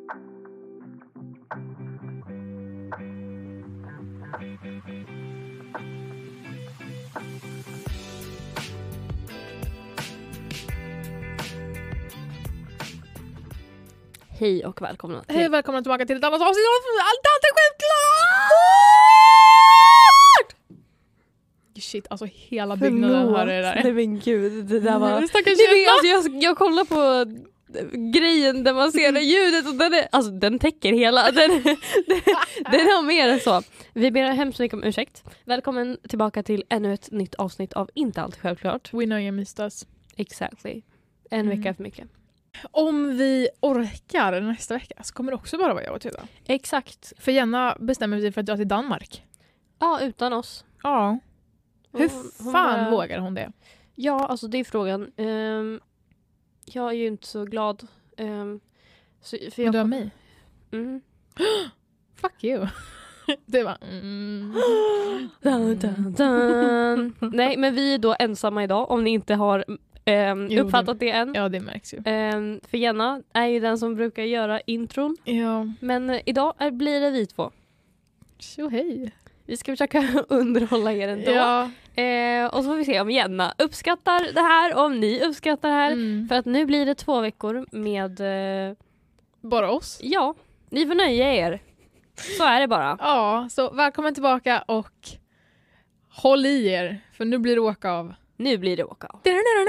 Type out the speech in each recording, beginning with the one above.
Hej och välkomna till... Hej, välkomna tillbaka till ett annat avsnitt av Allt är självklart! Shit, alltså hela byggnaden hör det där. Nej men gud, det där var... Jag kollar på grejen där man ser det ljudet och den täcker hela. Den har mer än så. Vi ber hemskt mycket om ursäkt. Välkommen tillbaka till ännu ett nytt avsnitt av Inte allt självklart. We know you missed us. Exactly. En vecka för mycket. Om vi orkar nästa vecka så kommer det också bara vara jag och Tuva. Exakt. För Jenna bestämmer sig för att dra till Danmark. Ja, utan oss. Ja. Hur Hon fan vågar hon det? Ja, alltså det är frågan. Jag är ju inte så glad. För Men du har mig. Mm. Fuck you. Det var... Dun, dun, dun. Nej, men vi är då ensamma idag. Om ni inte har uppfattat det än. Ja, det märks ju. För Jenna är ju den som brukar göra intron. Ja. Men idag blir det vi två. Så hej. Vi ska försöka underhålla er ändå. Ja. Och så får vi se om Jenna uppskattar det här. Om ni uppskattar det här. För att nu blir det 2 veckor med... Bara oss? Ja, ni får nöja er. Så är det bara. Ja, så välkommen tillbaka och håll i er. För nu blir det åka av. Nu blir det åka av.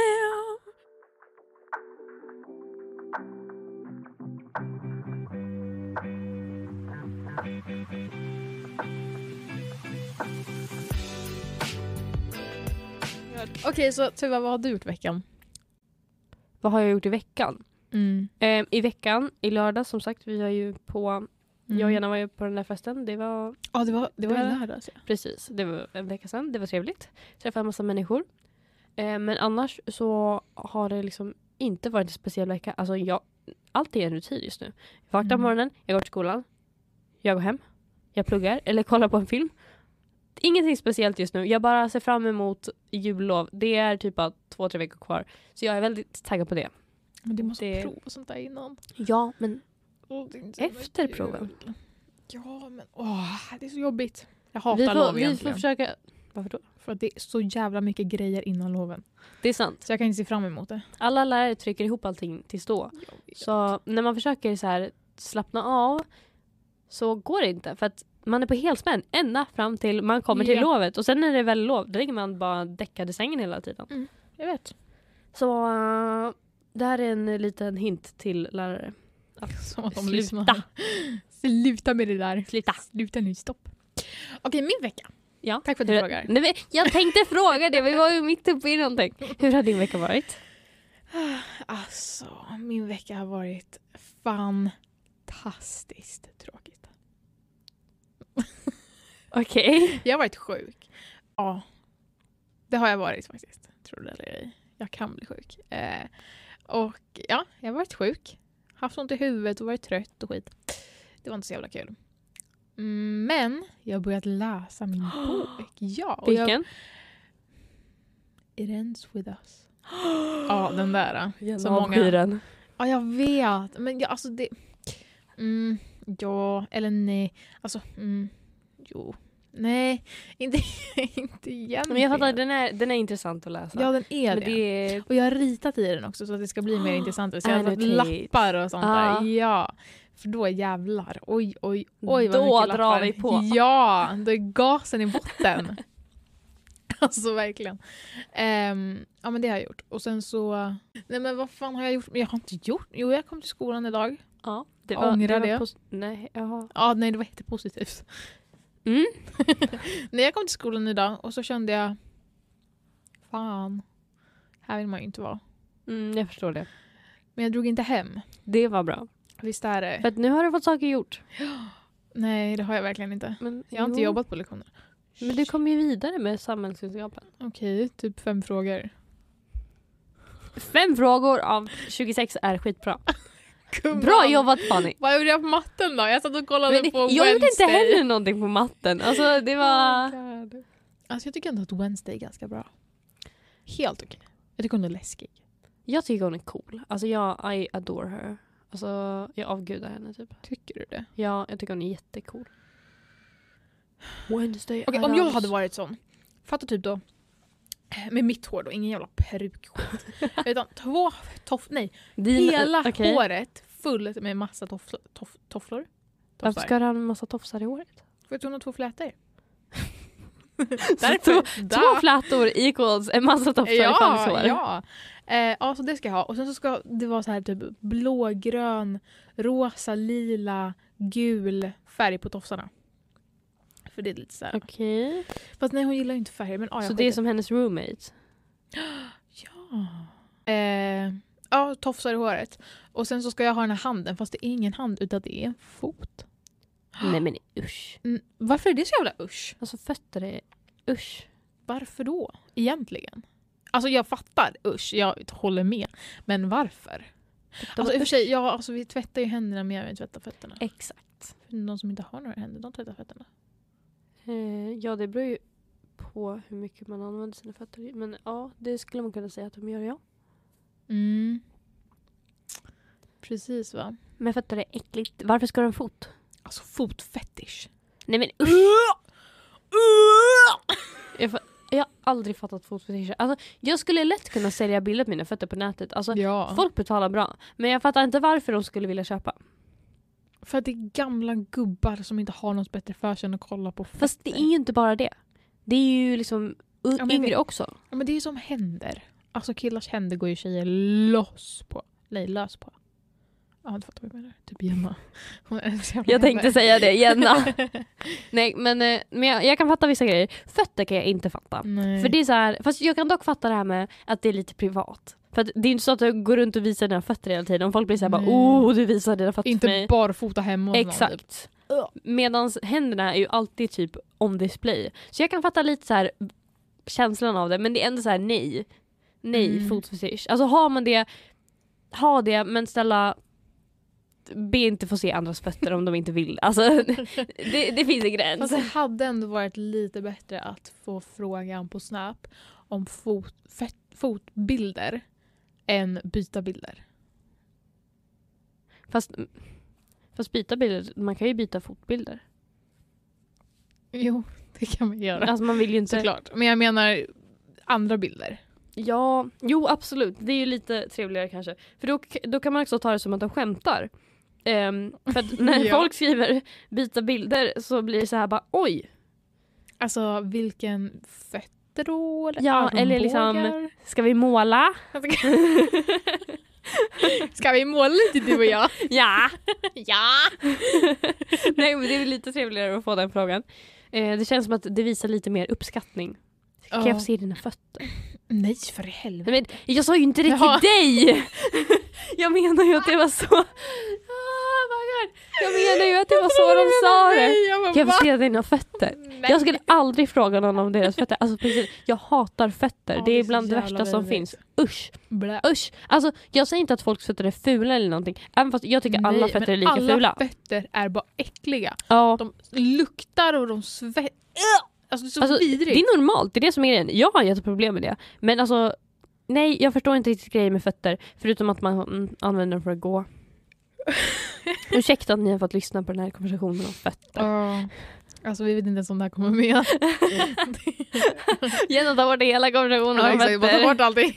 Okej, så Tuva, vad har du gjort i veckan? Vad har jag gjort i veckan? I veckan, i lördag som sagt, vi var ju på... Jag och Jenna var ju på den där festen. Det var... Ja, det var i lördags. Ja. Precis, det var en vecka sedan. Det var trevligt. Träffade en massa människor. Men annars så har det liksom inte varit en speciell vecka. Alltså allt är en rutin just nu. Jag vaknar på morgonen, jag går till skolan. Jag går hem. Jag pluggar eller kollar på en film. Ingenting speciellt just nu. Jag bara ser fram emot jullov. Det är typ 2-3 veckor kvar. Så jag är väldigt taggad på det. Men du måste prova sånt där innan. Ja, men efter kul. proven. Ja, men det är så jobbigt. Jag hatar lov egentligen. Vi får försöka... Varför då? För att det är så jävla mycket grejer innan loven. Det är sant. Så jag kan inte se fram emot det. Alla lärare trycker ihop allting till stå. Så när man försöker så här slappna av så går det inte. För att man är på helspänn ända fram till man kommer till lovet. Och sen när det är väl lov, då ligger man bara däckad i sängen hela tiden. Jag vet. Så det här är en liten hint till lärare. Som att de Sluta. lyssnar. Sluta med det där. Sluta nu, stopp. Okej, min vecka. Ja. Tack för att du frågar. Nej, men jag tänkte fråga det, vi var ju mitt uppe i någonting. Hur har din vecka varit? Alltså, min vecka har varit fantastiskt tråkigt. Okej. Jag har varit sjuk. Ja, det har jag varit faktiskt. Tror det eller ej. Jag kan bli sjuk. Och ja, jag har varit sjuk. Haft ont i huvudet och varit trött och skit. Det var inte så jävla kul. Men jag har börjat läsa min bok. Ja. Vilken? It ends with us. Ja, den där. Så många. Ja, jag vet. Men alltså det... ja, eller nej. Alltså, jo. Nej, inte egentligen. Men jag fattar, den är intressant att läsa. Ja, den är men det. Och jag har ritat i den också så att det ska bli mer intressant. Så jag har satt lappar och sånt där. Ja, för då jävlar. Oj, vad mycket då lappar. Drar vi på. Ja, då är gasen i botten. Alltså verkligen. Ja, men det har jag gjort. Och sen så... Nej, men vad fan har jag gjort? Jag har inte gjort... Jo, jag kom till skolan idag. Ja, det var nej, jaha. Ja, nej, det var jättepositivt. Nej, jag kom till skolan idag och så kände jag fan, här vill man ju inte vara. Jag förstår det. Men jag drog inte hem. Det var bra. Visst är det. För att nu har du fått saker gjort. Nej, det har jag verkligen inte. Men, jag har inte jobbat på lektioner. Men du kommer ju vidare med samhällskunskapen. Okej, typ 5 frågor. 5 frågor av 26 är skitbra. Bra jobbat, Fanny. Vad gjorde jag på matten då? Jag satt och kollade på Wednesday. Jag gjorde inte heller någonting på matten. Alltså det var... Alltså jag tycker ändå att Wednesday är ganska bra. Helt okej. Jag tycker hon är läskig. Jag tycker hon är cool. Alltså I adore her. Alltså, jag avgudar henne typ. Tycker du det? Ja, jag tycker hon är jättecool. Wednesday Okej, om jag hade varit sån. Fatta typ då. Med mitt hår då, ingen jävla perukskit. Utan hela håret fullt med massa tofflor. Varför ska du ha en massa tofsar i håret? För att hon har 2 flätor. Två flätor equals en massa tofsar i Fannys hår. Ja. Så det ska jag ha. Och sen så ska det vara så här typ blågrön, rosa, lila, gul färg på tofsarna. För det är lite så här. Okej. Fast nej, hon gillar ju inte färger. Men, så det är som hennes roommate? Ja. Tofsar i håret. Och sen så ska jag ha den här handen. Fast det är ingen hand utan det är en fot. Nej men usch. Varför är det så jävla usch? Alltså fötter är usch. Varför då? Egentligen. Alltså jag fattar usch. Jag håller med. Men varför? Alltså i och för sig, vi tvättar ju händerna mer än vi tvättar fötterna. Exakt. För de som inte har några händer, de tvättar fötterna. Ja, det beror ju på hur mycket man använder sina fötter. Men ja, det skulle man kunna säga att de gör, ja. Precis, va? Men fötter är äckligt. Varför ska de ha en fot? Alltså fotfetish. Nej men usch! Jag har aldrig fattat fotfetisch. Alltså, jag skulle lätt kunna sälja bilder på mina fötter på nätet. Alltså, folk betalar bra. Men jag fattar inte varför de skulle vilja köpa. För att det är gamla gubbar som inte har något bättre för sig än att kolla på fötter. Fast det är ju inte bara det. Det är ju liksom yngre också. Ja, men det är som händer. Alltså killars händer går ju tjejer lös på. Ja, du fattar vad jag menar. Typ Jenna. Jag tänkte säga det, Jenna. Nej, men jag kan fatta vissa grejer. Fötter kan jag inte fatta. Nej. För det är så här, fast jag kan dock fatta det här med att det är lite privat. För att det är inte så att du går runt och visar dina fötter hela tiden. Om folk blir så här bara, du visar dina fötter inte för mig. Inte bara fota hemma. Exakt. Medans händerna är ju alltid typ on display. Så jag kan fatta lite så här känslan av det. Men det är ändå så här, nej, fotfetisch. Alltså har man det, ha det, men be inte få se andras fötter om de inte vill. Alltså, det finns en gräns. Fast det hade ändå varit lite bättre att få frågan på Snap om fotbilder än byta bilder. Fast byta bilder, man kan ju byta fotbilder. Jo, det kan man göra. Alltså man vill ju inte... Såklart. Men jag menar andra bilder. Ja, jo absolut. Det är ju lite trevligare kanske. För då kan man också ta det som att de skämtar. För att när folk skriver byta bilder så blir det så här bara, oj. Alltså vilken fötter då? Eller ja, eller liksom, ska vi måla? Ska vi måla lite du och jag? Ja. Ja. Nej, men det är lite trevligare att få den frågan. Det känns som att det visar lite mer uppskattning. Kan jag få se dina fötter? Nej, för i helvete. Men jag sa ju inte det till dig. Jag menar ju att det var så... Jag menar ju att det var så de sa det. Kan jag få se dina fötter? Nej. Jag skulle aldrig fråga någon om deras fötter. Alltså precis, jag hatar fötter. Det är bland det värsta som finns. Usch. Usch. Alltså jag säger inte att folks fötter är fula eller någonting. Även fast jag tycker alla fötter är lika alla fula. Alla fötter är bara äckliga. Ja. De luktar och de svettar. Alltså det är så vidrigt. Det är normalt, det är det som är grejen. Jag har jätteproblem med det. Men alltså, nej, jag förstår inte riktigt grejer med fötter. Förutom att man använder dem för att gå. Ursäkta att ni har fått lyssna på den här konversationen om fötter. Alltså vi vet inte ens om det här kommer med. Genom att ta bort hela konversationen om fötter. Bara ta bort allting.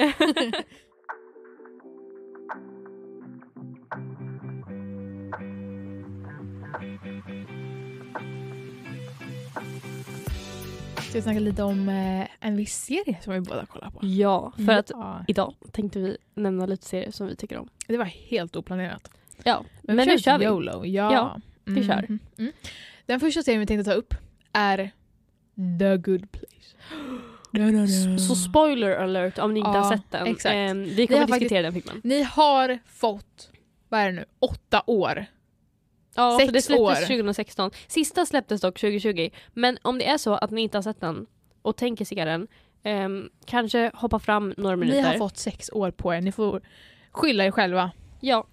Ska vi snacka lite om en viss serie som vi båda kollar på? Ja, för att idag tänkte vi nämna lite serier som vi tycker om. Det var helt oplanerat. Ja, men nu kör vi. YOLO. Ja, vi kör. Den första serien vi tänkte ta upp är The Good Place. Så spoiler alert om ni inte har sett den. Exakt. Vi kommer diskutera den filmen. Ni har fått, vad är det nu, 8 år. Ja, för det släpptes 2016. Sista släpptes dock 2020. Men om det är så att ni inte har sett den och tänker se den, kanske hoppa fram några minuter. Ni har fått 6 år på er. Ni får skylla er själva. Ja,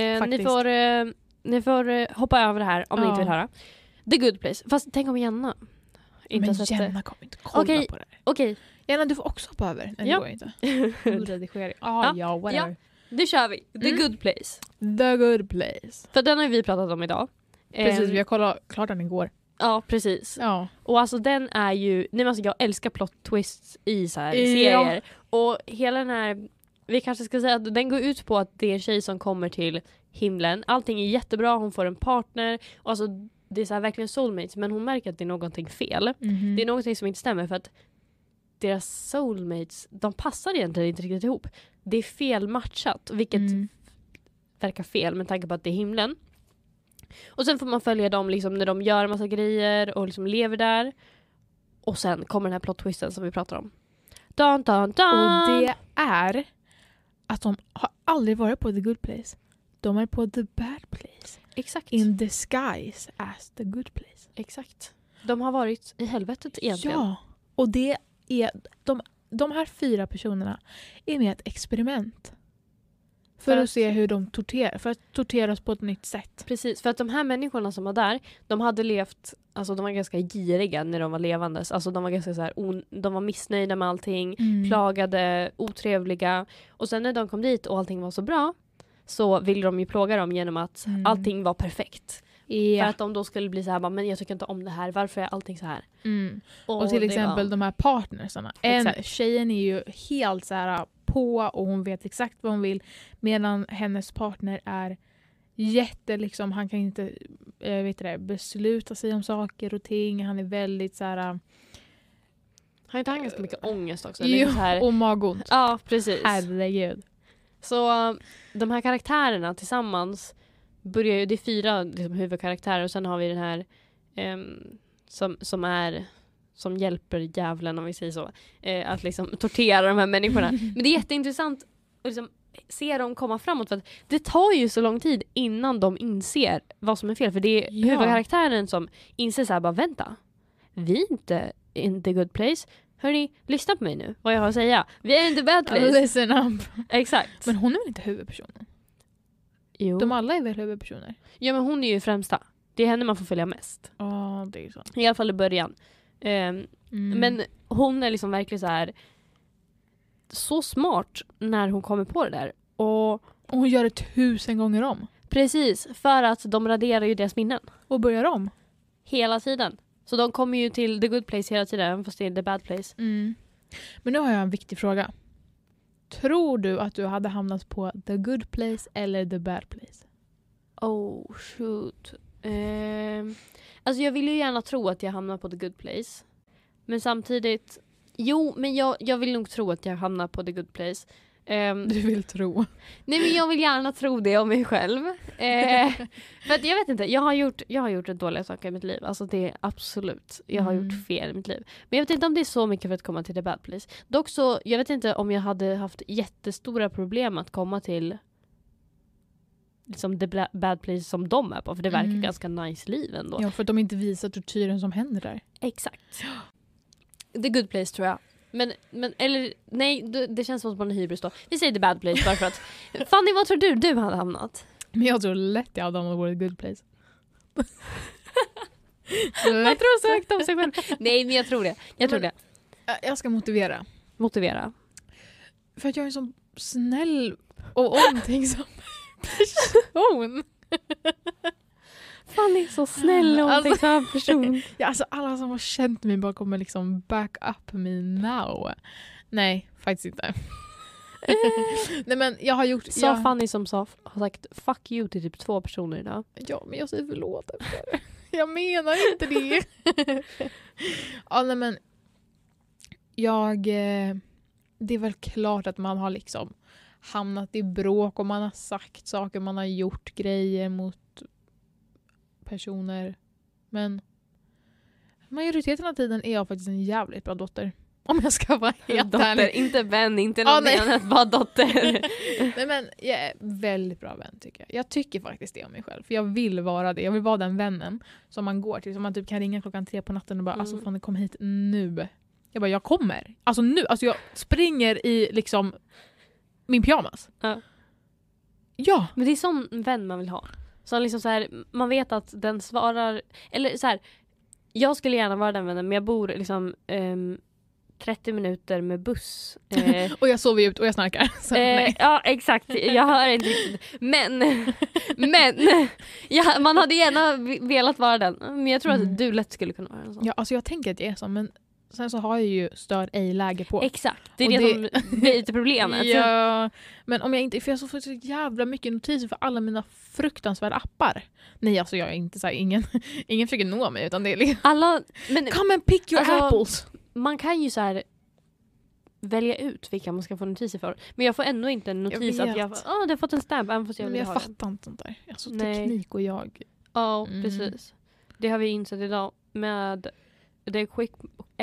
ni får hoppa över det här om ni inte vill höra. The Good Place. Fast tänk om Jenna inte har sett det. Men Jenna kommer inte kolla på det. Okej. Jenna, du får också hoppa över. Nej, det går inte. Redigering. Whatever. det kör vi. The Good Place. The Good Place. För den har vi pratat om idag. Precis, vi har kollat klart den igår. Ja, precis. Ja. Och alltså den är ju... Nej, men alltså, jag älskar plot twists i så här serier. Och hela den här... Vi kanske ska säga att den går ut på att det är en tjej som kommer till himlen. Allting är jättebra, hon får en partner. Och alltså, det är så här verkligen soulmates. Men hon märker att det är någonting fel. Mm-hmm. Det är någonting som inte stämmer för att deras soulmates, de passar egentligen inte riktigt ihop. Det är fel matchat, vilket verkar fel med tanke på att det är himlen. Och sen får man följa dem liksom när de gör en massa grejer och liksom lever där. Och sen kommer den här plot twisten som vi pratar om. Dun, dun, dun. Och det är att de har aldrig varit på the good place. De är på the bad place. Exakt. In disguise as the good place. Exakt. De har varit i helvetet egentligen. Ja, och det är de här 4 personerna är med ett experiment. För att se hur de torteras på ett nytt sätt. Precis, för att de här människorna som var där, de hade levt, alltså de var ganska giriga när de var levandes. Alltså de var ganska så här, de var missnöjda med allting, klagade, otrevliga. Och sen när de kom dit och allting var så bra, så ville de ju plåga dem genom att allting var perfekt. Yeah. För att de då skulle bli så här, men jag tycker inte om det här, varför är allting så här? Och till exempel de här partnersarna. Tjejen är ju helt så här på och hon vet exakt vad hon vill, medan hennes partner är liksom, han kan inte besluta sig om saker och ting. Han är väldigt så här... Har inte han ganska mycket ångest också? Jo, så här... och magont. Ja, precis. Herregud. Så de här karaktärerna tillsammans börjar ju, det är 4 liksom, huvudkaraktärer och sen har vi den här som hjälper djävulen, om vi säger så, att liksom tortera de här människorna. Men det är jätteintressant att liksom se dem komma framåt, för att det tar ju så lång tid innan de inser vad som är fel, för det är huvudkaraktären som inser så här, bara vänta, vi är inte in the good place. Hörni, lyssna på mig nu, vad jag har att säga. Vi är in the bad place. Listen up. Exakt. Men hon är väl inte huvudpersonen? Jo. De alla är väl huvudpersoner? Ja, men hon är ju främsta. Det är henne man får följa mest. Ja, det är ju så. I alla fall i början. Men hon är liksom verkligen så här så smart när hon kommer på det där. Och hon gör det 1000 gånger om. Precis, för att de raderar ju deras minnen. Och börjar om. Hela tiden. Så de kommer ju till the good place hela tiden, fast det är the bad place. Men nu har jag en viktig fråga. Tror du att du hade hamnat på the good place eller the bad place? Oh, shoot. Alltså jag vill ju gärna tro att jag hamnar på the good place. Men samtidigt... Jo, men jag vill nog tro att jag hamnar på the good place. Du vill tro? Nej, men jag vill gärna tro det om mig själv. För att jag vet inte, jag har gjort ett dåliga saker i mitt liv. Alltså det är absolut, jag har gjort fel i mitt liv. Men jag vet inte om det är så mycket för att komma till the bad place. Dock så, jag vet inte om jag hade haft jättestora problem att komma till liksom the bad place som de är på. För det verkar ganska nice liv ändå. Ja, för att de inte visar tortyren som händer där. Exakt. The good place tror jag. Men eller nej, det känns som att man är hybris då. Vi säger the bad place bara för att... Fanny, vad tror du hade hamnat? Men jag tror lätt jag hade hamnat på the good place. Man tror så högt om sig själv. Nej, men jag tror det. Jag ska motivera. Motivera. För att jag är så snäll och omtänksam person. Fanny är så snäll och omtänksam person. Ja, alltså alla som har känt mig bara kommer liksom back up me now. Nej, faktiskt inte. Nej, men jag har gjort... Fanny som har sagt fuck you till typ 2 personer idag. Ja, men jag säger förlåt efter. Jag menar inte det. Ja, nej, men det är väl klart att man har liksom hamnat i bråk och man har sagt saker, man har gjort grejer mot personer. Men majoriteten av tiden är jag faktiskt en jävligt bra dotter. Om jag ska vara helt ärlig. Inte vän, inte någonting annat, bara dotter. Nej, men jag är väldigt bra vän tycker jag. Jag tycker faktiskt det om mig själv. För jag vill vara det. Jag vill vara den vännen som man går till. Som man typ kan ringa 3 på natten och bara alltså fan, kom hit nu. Jag bara, jag kommer. Alltså nu. Alltså jag springer i liksom min pyjamas. Ja. Men det är sån vän man vill ha. Så liksom så här, man vet att den svarar, eller så här, jag skulle gärna vara den vännen, men jag bor liksom 30 minuter med buss. Och jag sover ut och jag snarkar. Så, nej. Ja, exakt. Jag hör inte riktigt. Men ja, man hade gärna velat vara den. Men jag tror att du lätt skulle kunna vara en sån. Ja, alltså jag tänker att det är så, men sen så har jag ju stör ej-läge på. Exakt, det är det som blir lite problemet. Ja, men om jag inte, för jag får så jävla mycket notiser för alla mina fruktansvärda appar. Nej, alltså jag är inte så här, ingen försöker nå mig, utan det är liksom, come and pick your apples. Man kan ju så här välja ut vilka man ska få notiser för. Men jag får ändå inte en notis att jag har fått en stamp. Även fast jag fattar inte sånt där. Alltså teknik och jag. Ja, precis. Det har vi insett idag med The Quick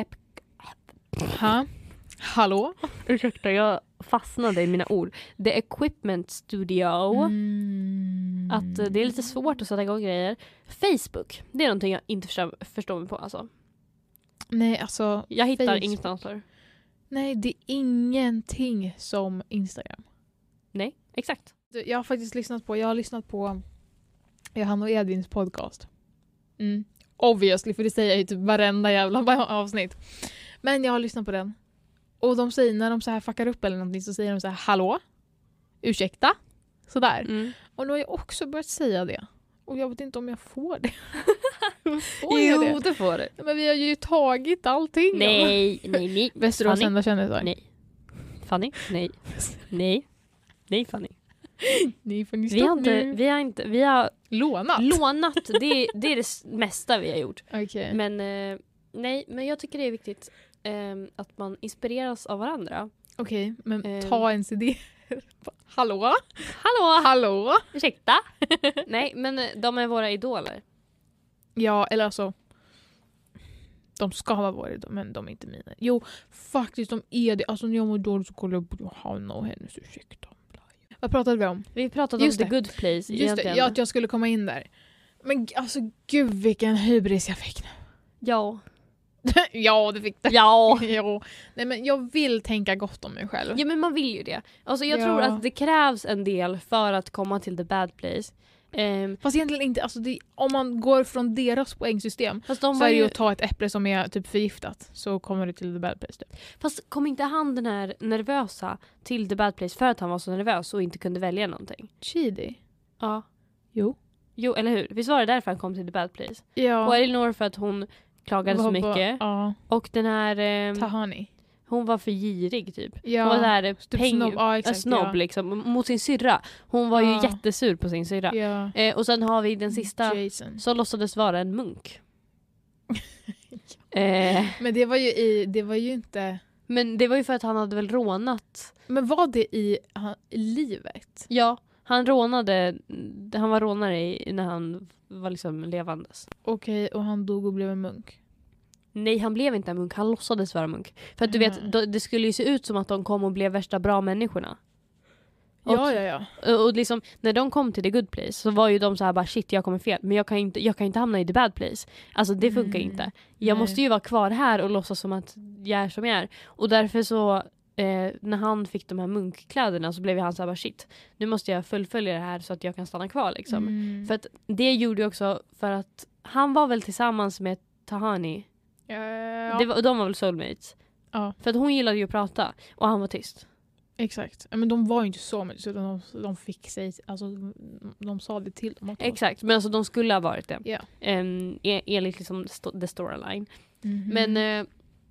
Hallå? Ursäkta, jag fastnade i mina ord. The Equipment Studio. Att det är lite svårt att sätta igång grejer. Facebook, det är någonting jag inte förstår mig på. Alltså. Nej, alltså. Jag hittar ingenstans där. Nej, det är ingenting som Instagram. Nej, exakt. Jag har faktiskt lyssnat på Johanna och Edvins podcast. Obviously, för det säger jag ju typ varenda jävla avsnitt. Men jag har lyssnat på den. Och de säger, när de så här fuckar upp eller någonting, så säger de så här: hallå? Ursäkta? Sådär. Och nu har jag också börjat säga det. Och jag vet inte om jag får det. Jo, det får du. Men vi har ju tagit allting. Nej. Västerås enda kändisar. Nej. Fanny? Nej, Fanny. Ni får ni stopp nu. Vi har lånat. Det är det mesta vi har gjort. Okay. Men nej, men jag tycker det är viktigt att man inspireras av varandra. Okej, men ta en idé. Hallå? Ursäkta? Nej, men de är våra idoler. Ja, eller alltså, de ska vara våra idoler, men de är inte mina. Jo, faktiskt de är det. Alltså när jag mår dåligt så kollar jag på Johanna och hennes ursäkta. Vad pratade vi om? Vi pratade om The Good Place. Just egentligen. Det, ja, att jag skulle komma in där. Men alltså gud vilken hybris jag fick nu. Ja. Ja, det fick det. Ja. Nej, men jag vill tänka gott om mig själv. Ja, men man vill ju det. Alltså jag tror att det krävs en del för att komma till the bad place. Fast egentligen inte, alltså om man går från deras poängsystem så är det ju att ta ett äpple som är typ förgiftat, så kommer det till the bad place. Fast kom inte han den här nervösa till the bad place för att han var så nervös och inte kunde välja någonting? Chidi? Ja. Jo, eller hur? Visst var det därför han kom till the bad place? Ja. Och Elinor för att hon klagade så mycket. Ja. Och den här Tahani. Hon var för girig typ. Ja. Hon var där snobb liksom, mot sin syrra. Hon var ju jättesur på sin syrra. Ja. Och sen har vi den sista Jason. som låtsades vara en munk. Men det var ju inte. Men det var ju för att han hade väl rånat. Men var det i livet? Ja, han var rånare när han var liksom levandes. Okej, och han dog och blev en munk. Nej, han blev inte en munk. Han låtsades vara munk. För att du vet, det skulle ju se ut som att de kom och blev värsta bra människorna. Ja. Och liksom, när de kom till the good place så var ju de så här bara, shit, jag kommer fel. Men jag kan inte hamna i the bad place. Alltså det funkar inte. Jag måste ju vara kvar här och låtsas som att jag är som jag är. Och därför så, när han fick de här munkkläderna så blev han så här bara, shit, nu måste jag fullfölja det här så att jag kan stanna kvar liksom. För att det gjorde ju också för att han var väl tillsammans med Tahani. Ja. De var väl soulmates. Ja. För att hon gillade ju att prata och han var tyst. Exakt. Men de var ju inte så mycket, så de fick sig, alltså de sa det till dem. Exakt, men alltså de skulle ha varit det. Yeah. Enligt liksom the storyline. Men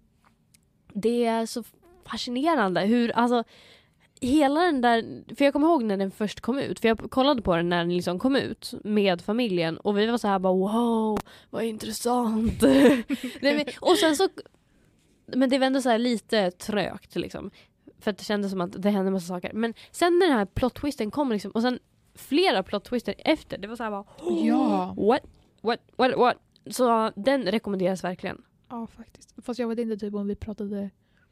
det är så fascinerande hur, alltså hela den där, för jag kommer ihåg när den först kom ut, för jag kollade på den när den liksom kom ut med familjen och vi var så här bara, wow, vad intressant. Och sen så, men det var ändå så här lite trögt liksom. För att det kändes som att det hände massa saker. Men sen när den här plot-twisten kom liksom, och sen flera plot-twister efter, det var så här bara, ja. What? Så den rekommenderas verkligen. Ja, faktiskt. Fast jag vet inte typ om vi pratade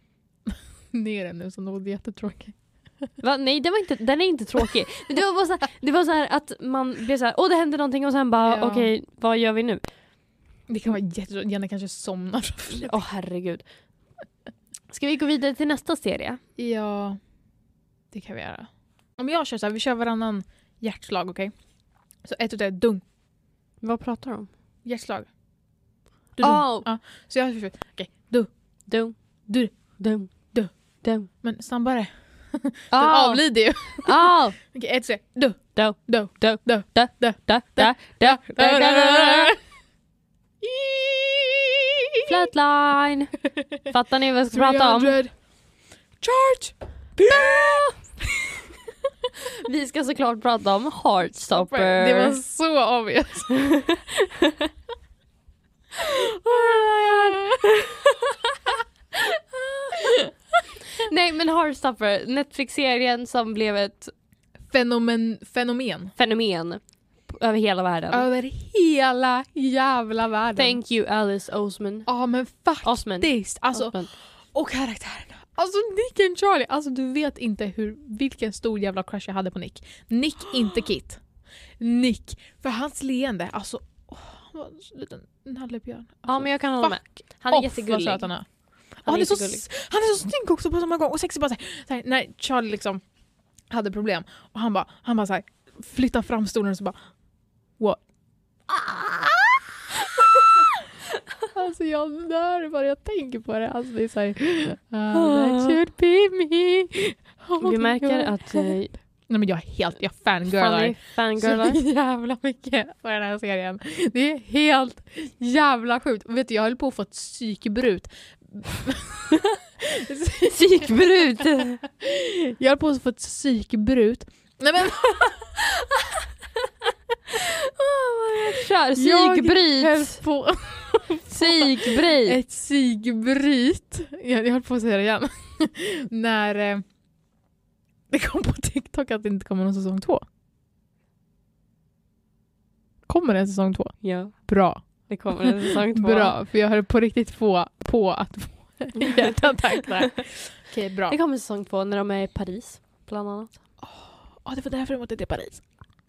ner den nu som något jättetråkigt. Va? Nej, den är inte tråkig. Det var så här att man blev så här, det hände någonting och sen bara, okej, vad gör vi nu? Det kan vara jättetråkigt. Jenna kanske somnar. Herregud. Ska vi gå vidare till nästa serie? Ja, det kan vi göra. Om jag kör så här, vi kör varannan hjärtslag, okej? Så 1 2 dung. Vad pratar du om? Hjärtslag. Ja. Så jag okej, du. Dum. Du. Dum. Men snabbare. Den Ah. avlider ju. Ah. Okej, 1, 2, 3. Du. Do. Du. Do. Du. Da. Da. Da. Da. Da. Da. Flatline. Fattar ni vad jag ska prata om? 300. Charge! Vi ska såklart prata om Heartstopper. Det var så obvious. Nej, men Heartstopper, Netflix-serien som blev ett Fenomen. fenomen över hela världen. Över hela jävla världen. Thank you Alice Oseman. Ja, men Osman. faktiskt. Alltså, Osman. och karaktärerna. Alltså Nick och Charlie. Alltså du vet inte vilken stor jävla crush jag hade på Nick. Nick, inte Kit. Nick. För hans leende. Alltså, han var en liten nallebjörn. Alltså, Ja, men jag kan hålla med. Han är jättegullig. Han är, Han är så, jättegullig. han är så snygg också på samma gång. Och sexig bara så här, när Charlie liksom hade problem. Och han bara så här, flyttar fram stolen och så bara what? Alltså jag dör bara jag tänker på det. Alltså det är såhär that should be me. Oh Vi märker God. att nej, men jag fangirlar fangirlar. så jävla mycket på den här serien. Det är helt jävla sjukt. Vet du, jag höll på att få ett psykbrut. Psykbrut. Jag höll på att få ett psykbrut. Nej men Kör, jag psykbryt. höll på Psykbryt. ett psykbryt. Jag höll på att säga det igen. När det kom på TikTok att det inte kommer någon säsong 2. Kommer det en säsong 2? Ja, Bra. det kommer en säsong 2. Bra, för jag höll på riktigt på att få hjärtattack där. Okej, bra. Det kommer säsong 2 när de är i Paris, bland annat. Det var därför de åkte till Paris.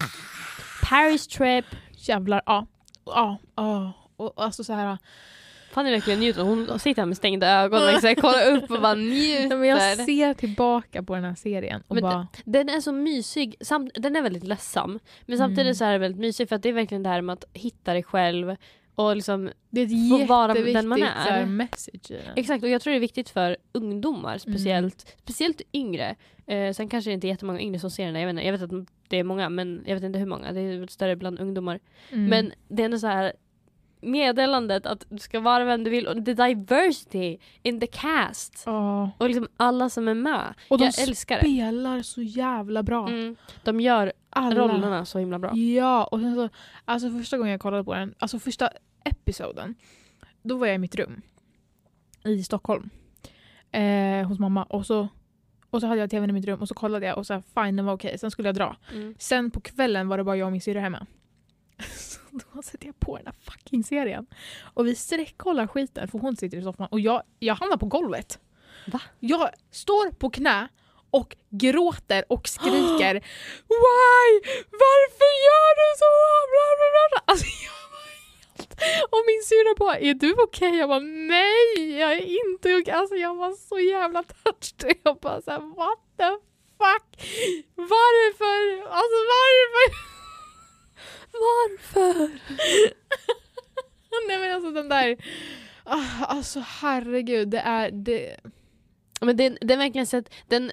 Paris trip. Jävlar, ja. Och alltså så här. Fanny verkligen njuter. Hon sitter här med stängda ögon och liksom kollar upp och bara njuter. Men jag ser tillbaka på den här serien och men bara... Den är så mysig. Den är väldigt ledsam. Men samtidigt så är det väldigt mysig för att det är verkligen det här med att hitta dig själv och liksom Det är ett få vara den jätteviktigt man är. så här message i den. Exakt, och jag tror det är viktigt för ungdomar speciellt yngre. Sen kanske det inte är jättemånga yngre som ser den. Jag vet att det är många, men jag vet inte hur många. Det är större bland ungdomar. Men det är ändå så här meddelandet att du ska vara vem du vill och the diversity in the cast. Och liksom alla som är med. Och jag älskar det. De spelar så jävla bra. De gör Alla. rollerna så himla bra. Ja, och sen så alltså första gången jag kollade på den, alltså första episoden, då var jag i mitt rum i Stockholm hos mamma och så hade jag tvn i mitt rum och så kollade jag och så här, fine, den var okej. Sen skulle jag dra. Sen på kvällen var det bara jag och min syrra hemma. Så då sätter jag på den här fucking serien. Och vi sträckkollar skiten för hon sitter i soffan och jag hamnar på golvet. Va? Jag står på knä och gråter och skriker why? Varför gör du så? Alltså jag var helt... Och min syrra bara, är du okej? Jag bara, nej, jag är inte okej. Alltså jag var så jävla touched. Jag bara såhär, what the fuck? Varför? Alltså varför? Varför? Nej men alltså den där... Alltså herregud, det är... Men den verkligen sett...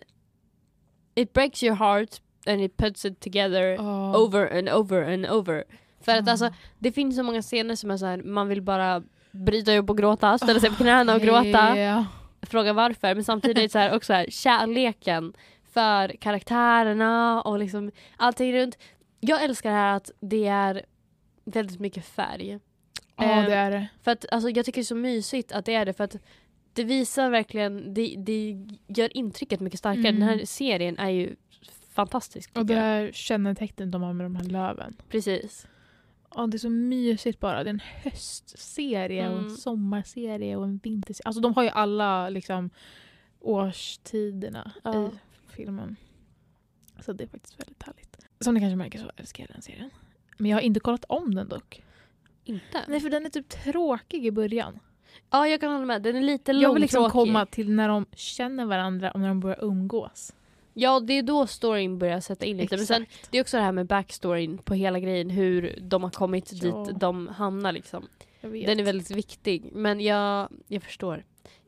It breaks your heart and it puts it together over and over and over. För att alltså, det finns så många scener som är så här, man vill bara bryta upp och gråta, ställa sig på knäna och gråta. Fråga varför, men samtidigt så här, också här, kärleken för karaktärerna och liksom allting runt. Jag älskar det här att det är väldigt mycket färg. Ja, det är det. För att alltså, jag tycker det är så mysigt att det är det, för att det visar verkligen, det gör intrycket mycket starkare. Den här serien är ju fantastisk. Och det är kännetecknet de har med de här löven. Precis. Ja, det är så mysigt bara. Det är en höstserie och en sommarserie och en vinterserie. Alltså de har ju alla liksom årstiderna i filmen. Så det är faktiskt väldigt härligt. Som ni kanske märker så älskar jag den serien. Men jag har inte kollat om den dock. Inte? Nej, för den är typ tråkig i början. Ja, jag kan hålla med. Den är lite långtråkig. Jag vill liksom komma till när de känner varandra och när de börjar umgås. Ja, det är då storyn börjar sätta in lite. Men sen, det är också det här med backstoryn på hela grejen. Hur de har kommit dit de hamnar liksom. Den är väldigt viktig. Men jag förstår.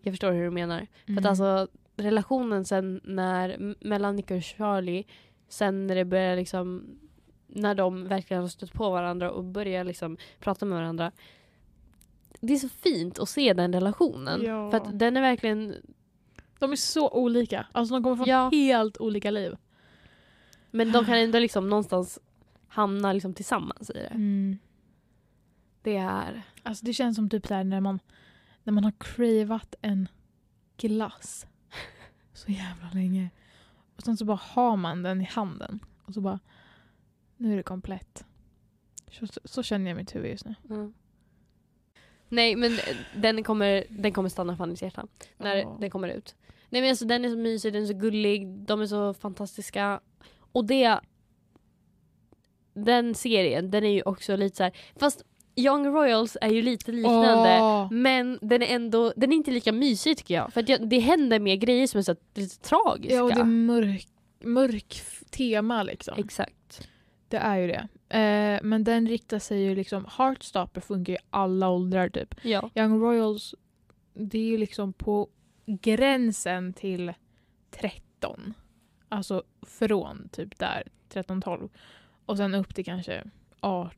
Jag förstår hur du menar. För att alltså relationen sen mellan Nick och Charlie, sen när det börjar liksom, när de verkligen har stött på varandra och börjar liksom prata med varandra. Det är så fint att se den relationen. Ja. För att den är verkligen... De är så olika. Alltså de kommer från helt olika liv. Men de kan ändå liksom någonstans hamna liksom tillsammans i det. Det är... Alltså det känns som typ där när man har cravat en glass så jävla länge. Och sen så bara har man den i handen. Och så bara, nu är det komplett. Så känner jag mitt huvud just nu. Mm. Nej, men den kommer stanna Fannys hjärta när den kommer ut. Nej, men alltså, den är så mysig, den är så gullig, de är så fantastiska. Och den serien, den är ju också lite så här, fast Young Royals är ju lite liknande, men den är inte lika mysig tycker jag. För att det händer mer grejer som är så lite tragiska. Ja, och det är mörk tema liksom. Exakt. Det är ju det. Men den riktar sig ju liksom, Heartstopper funkar ju alla åldrar typ. Ja. Young Royals, det är ju liksom på gränsen till 13. Alltså från typ där 13-12. Och sen upp till kanske 18,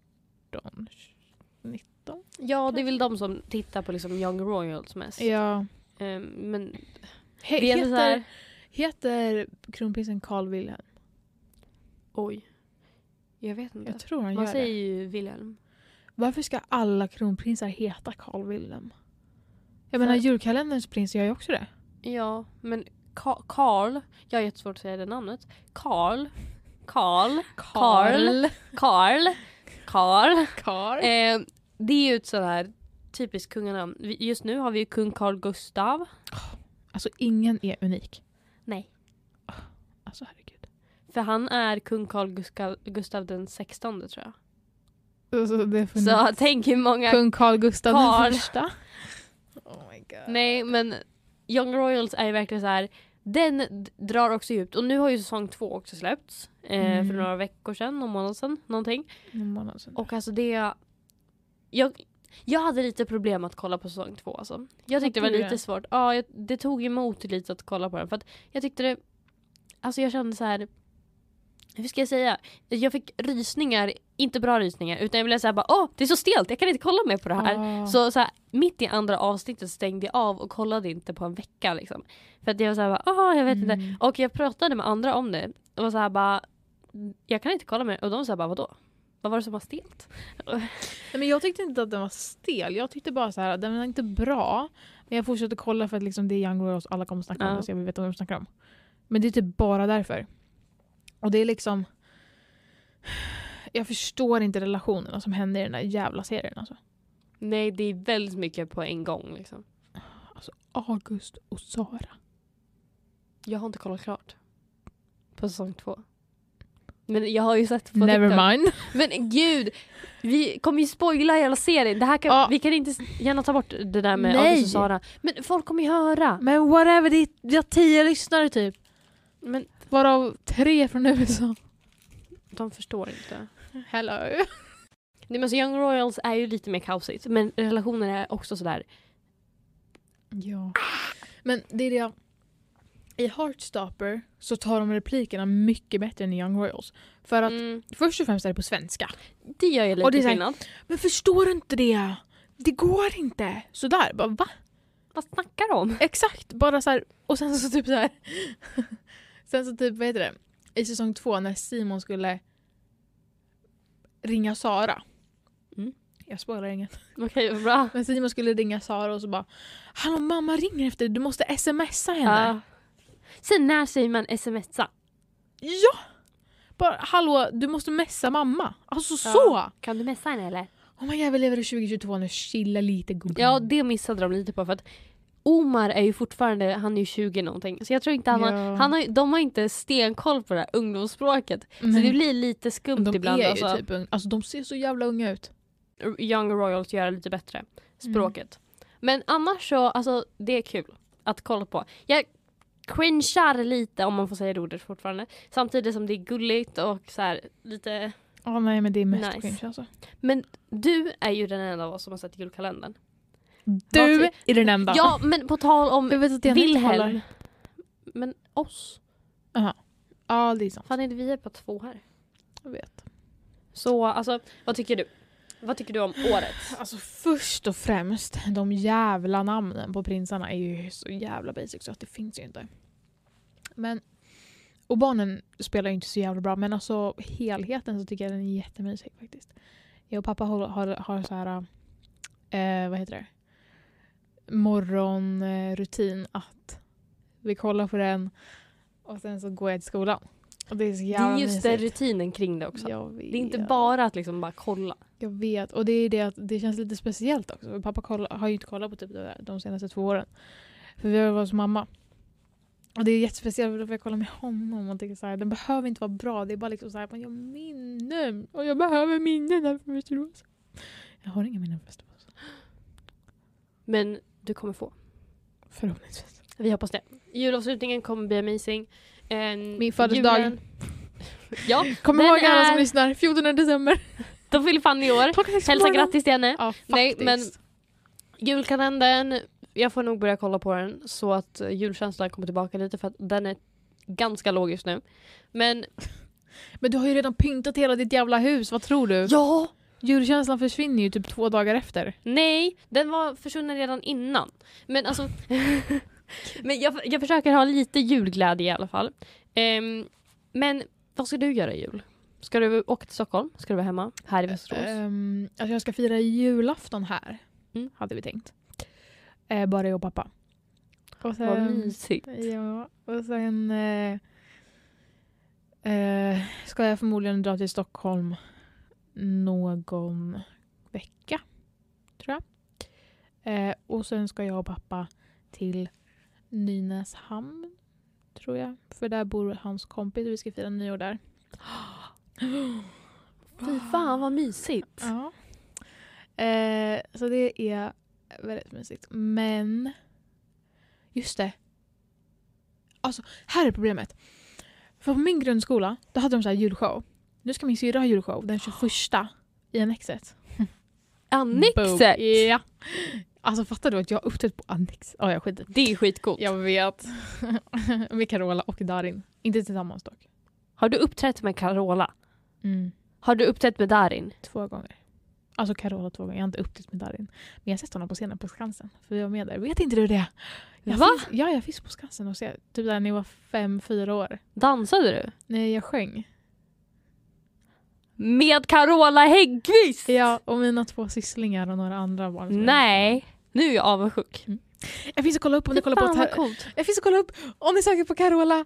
19. Ja, det är väl de som tittar på liksom Young Royals mest. Ja. Men det är så här... Heter kronprinsen Carl Wilhelm? Oj. Jag vet inte. Jag tror han Man gör säger det. ju Wilhelm. Varför ska alla kronprinsar heta Carl Wilhelm? Jag menar, julkalenderns prins gör ju också det. Ja, men Carl. Jag har jättesvårt att säga det namnet. Carl. Det är ju ett sådär här typiskt kunganamn. Just nu har vi ju kung Carl Gustav. Alltså ingen är unik. Nej. Alltså herregud. För han är kung Carl Gustav den 16:e tror jag. Alltså, så tänk hur många... Kung Carl Gustav den första. Oh my god. Nej, men Young Royals är ju verkligen så här. Den drar också djupt. Och nu har ju säsong 2 också släppts. För några veckor sedan, någon månad sedan, någonting. Och alltså det... Jag hade lite problem att kolla på säsong 2 alltså. Jag tyckte det var lite svårt. Ja, det tog emot lite att kolla på den. För att jag tyckte det... Alltså jag kände så här... Hur ska jag säga? Jag fick rysningar, inte bra rysningar, utan jag ville säga bara, det är så stelt, jag kan inte kolla mer på det här. Så här, mitt i andra avsnittet stängde jag av och kollade inte på en vecka liksom. För att jag var så här, jag vet inte. Och jag pratade med andra om det. Och var så här bara, jag kan inte kolla mer. Och de sa bara, vadå? Vad var det som var stelt? Nej, men jag tyckte inte att den var stel. Jag tyckte bara så här, den var inte bra. Men jag fortsatte kolla för att liksom, det är Young Royals, alla kommer snacka om det, så jag vill veta vad de snackar om. Men det är typ bara därför. Och det är liksom... Jag förstår inte relationerna som händer i den där jävla serien. Alltså. Nej, det är väldigt mycket på en gång. Liksom. Alltså, August och Sara. Jag har inte kollat klart. På säsong 2. Men jag har ju sett på Never mind. Men gud, vi kommer ju spoila hela serien. Det här vi kan inte gärna ta bort det där med August och Sara. Men folk kommer ju höra. Men whatever, vi har 10 lyssnare typ. Men varav 3 från USA. De förstår inte. Hello. Nej, men alltså Young Royals är ju lite mer kaosigt. Men relationer är också sådär. Ja. Men det är det. I Heartstopper så tar de replikerna mycket bättre än i Young Royals. För att först och främst är det på svenska. Det gör ju lite skillnad. Men förstår du inte det? Det går inte. Sådär, bara va? Vad snackar de om? Exakt, bara så här. Och sen så typ så här. Sen så typ, vad heter det? I säsong 2 när Simon skulle ringa Sara. Jag spoilar inget. Okej, bra. Men Simon skulle ringa Sara och så bara, hallå, mamma ringer efter, du måste smsa henne. Sen när säger man smsa? Ja! Bara, hallå, du måste messa mamma. Alltså så! Kan du messa henne eller? Oh my god, vi lever i 2022 nu, chilla lite gubben. Ja, det missade de lite på för att Omar är ju fortfarande, han är ju 20 någonting. Så jag tror inte de har inte stenkoll på det här ungdomsspråket. Så det blir lite skumt ibland. De är ju typ alltså de ser så jävla unga ut. Young Royals gör lite bättre språket. Men annars så, alltså det är kul att kolla på. Jag cringear lite, om man får säga det ordet fortfarande. Samtidigt som det är gulligt och så här lite... Nej, men det är mest cringe alltså. Men du är ju den enda av oss som har sett julkalendern. Du är den enda. Ja, men på tal om Jag vet att jag Wilhelm. kollar. Men oss. Ja, det är sant. Fan, är det vi är på 2 här? Jag vet. Så, alltså, vad tycker du? Vad tycker du om året? Alltså först och främst, de jävla namnen på prinsarna är ju så jävla basic så att det finns ju inte. Men, och barnen spelar ju inte så jävla bra, men alltså helheten så tycker jag den är jättemysig faktiskt. Jag och pappa har så här, vad heter det? Morgonrutin att vi kollar på den och sen så går jag till skolan. Och det är så Det jävla är just mysigt. den rutinen kring det också. Jag vet. Det är inte bara att liksom bara kolla. Jag vet. Och det är det att det känns lite speciellt också. Pappa har ju inte kollat på typ de senaste 2 åren. För vi har varit hos mamma. Och det är jättespeciellt för jag kollar med honom och tänker så här, den behöver inte vara bra. Det är bara liksom så här, man gör minnen. Och jag behöver minnen för Västerås. Jag har inga minnen för Västerås. Men du kommer få. Förhoppningsvis. Vi hoppas det. Julavslutningen kommer bli amazing. Min födelsedag. Julen- Ja, Kommer den ihåg alla som är- lyssnar. 14 december. de fyller fan i år. Hälsa grattis till henne. Ja, Nej, faktiskt. men julkalendern, jag får nog börja kolla på den så att julkänslan kommer tillbaka lite för att den är ganska låg just nu. Men Men du har ju redan pyntat hela ditt jävla hus. Vad tror du? ja, Julkänslan försvinner ju typ 2 dagar efter. nej, den var försvunnen redan innan. Men alltså men jag försöker ha lite julglädje i alla fall. Men vad ska du göra i jul? Ska du åka till Stockholm? Ska du vara hemma här i Västerås? Alltså jag ska fira julafton här. Hade vi tänkt. Bara jag och pappa. Och sen, Vad mysigt. Ja, och sen ska jag förmodligen dra till Stockholm någon vecka, tror jag. Och sen ska jag och pappa till Nynäshamn, tror jag. För där bor hans kompis och vi ska fira nyår där. Fy fan vad mysigt. Ja. Så det är väldigt mysigt. Men just det. Alltså, här är problemet. För på min grundskola, då hade de så här julshow. Nu ska min syrra ha julshow den 21 i Annexet. Annexet! Ja. Alltså fattar du att jag har uppträtt på Annex? Ja, jag skiter. Det är skitcoolt. Jag vet. Med Carola och Darin. Inte tillsammans dock. Har du uppträtt med Carola? Har du uppträtt med Darin? 2 gånger. Alltså Carola 2 gånger. Jag har inte uppträtt med Darin. Men jag har sett honom på scenen på Skansen. För vi var med där. Vet inte du det? Jag finns på Skansen och ser. Typ där när jag var 5-4 år. Dansade du? Nej, jag sjöng. Med Carola Häggkvist? Ja, och mina 2 sysslingar och några andra barn. som Nej, nu är jag avundsjuk. jag finns och kolla upp om ni kollar Fan på vad coolt. jag finns och kolla upp om ni söker på Carola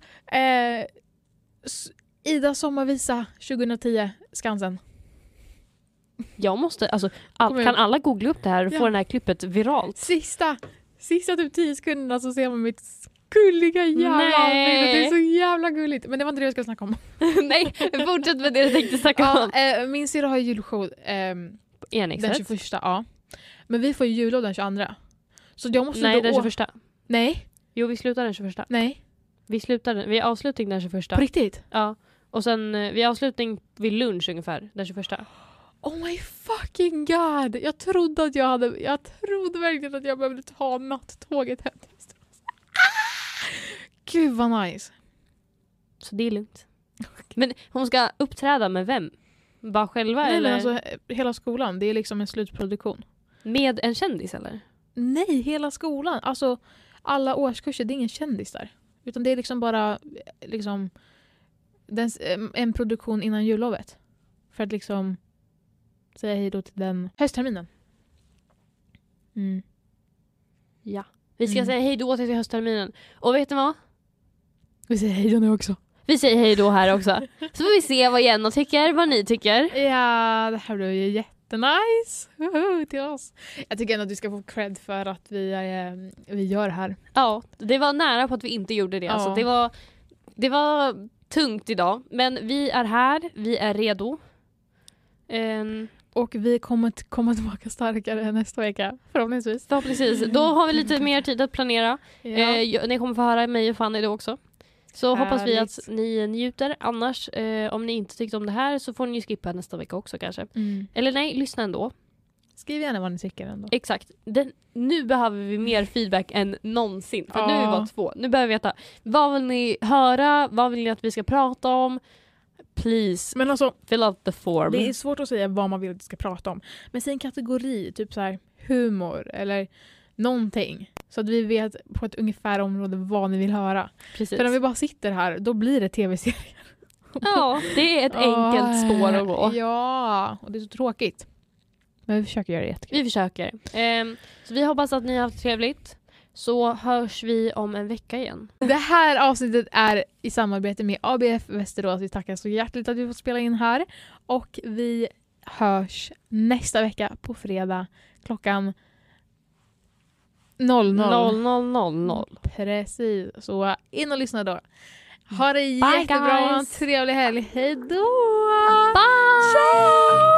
Ida sommarvisa 2010 Skansen. Jag måste, alltså, Kommer kan jag- alla googla upp det här och Ja. få det här klippet viralt? Sista typ 10 sekunderna så ser man mitt gulliga jävla Nej. ansikte. Det är så jävla gulligt. Men det var inte det jag skulle snacka om. Nej, fortsätt med det du tänkte snacka om. Min syrra har julshow den Enixet? 21. Ja. Men vi får ju jullov den 22. Så jag måste Nej, då den 21. Nej, Jo, vi slutar den 21. nej. Vi är avslutning den 21. På riktigt? Ja. Och sen vi är avslutning vid lunch ungefär, den 21. Oh my fucking god. Jag trodde verkligen att jag behövde ta nattåget hem till Västerås. Gud vad nice. Så det är lugnt. Men hon ska uppträda med vem? Bara själva Nej, eller? men alltså hela skolan, det är liksom en slutproduktion. Med en kändis eller? Nej, hela skolan. Alltså alla årskurser, det är ingen kändis där. Utan det är liksom bara liksom en produktion innan jullovet. För att liksom säga hej då till den höstterminen. Ja. Vi ska säga hej då till höstterminen. Och vet ni vad? Vi säger hej då nu också. Vi säger hej då här också. Så får vi se vad Jenna tycker, vad ni tycker. Ja, det här blir ju jättenice. Till oss. Jag tycker ändå att du ska få cred för att vi gör det här. Ja, det var nära på att vi inte gjorde det. Ja. Alltså, det var tungt idag. Men vi är här, vi är redo. Och vi kommer komma tillbaka starkare nästa vecka, förhoppningsvis. Ja, precis. Då har vi lite mer tid att planera. Ja. Ni kommer få höra mig och Fanny då också. Så hoppas vi att Härligt. ni njuter. Annars, om ni inte tyckte om det här så får ni ju skippa nästa vecka också kanske. Mm. Eller nej, lyssna ändå. Skriv gärna vad ni tycker ändå. Exakt. Nu behöver vi mer feedback än någonsin. För nu är vi bara 2. Nu behöver vi veta, vad vill ni höra? Vad vill ni att vi ska prata om? Please, Men alltså, fill out the form. det är svårt att säga vad man vill att vi ska prata om. Men säg en kategori, typ så här humor eller någonting. Så att vi vet på ett ungefär område vad ni vill höra. Precis. För när vi bara sitter här, då blir det tv-serier. Ja, det är ett enkelt spår att gå. Ja, och det är så tråkigt. Men vi försöker göra det jättekul. Vi försöker. Så vi hoppas att ni har haft trevligt. Så hörs vi om en vecka igen. Det här avsnittet är i samarbete med ABF Västerås. Vi tackar så hjärtligt att vi får spela in här. Och vi hörs nästa vecka på fredag klockan 00. Precis, så in och lyssna då. Ha det jättebra, guys. trevlig helg. Hej då! Bye! Ciao!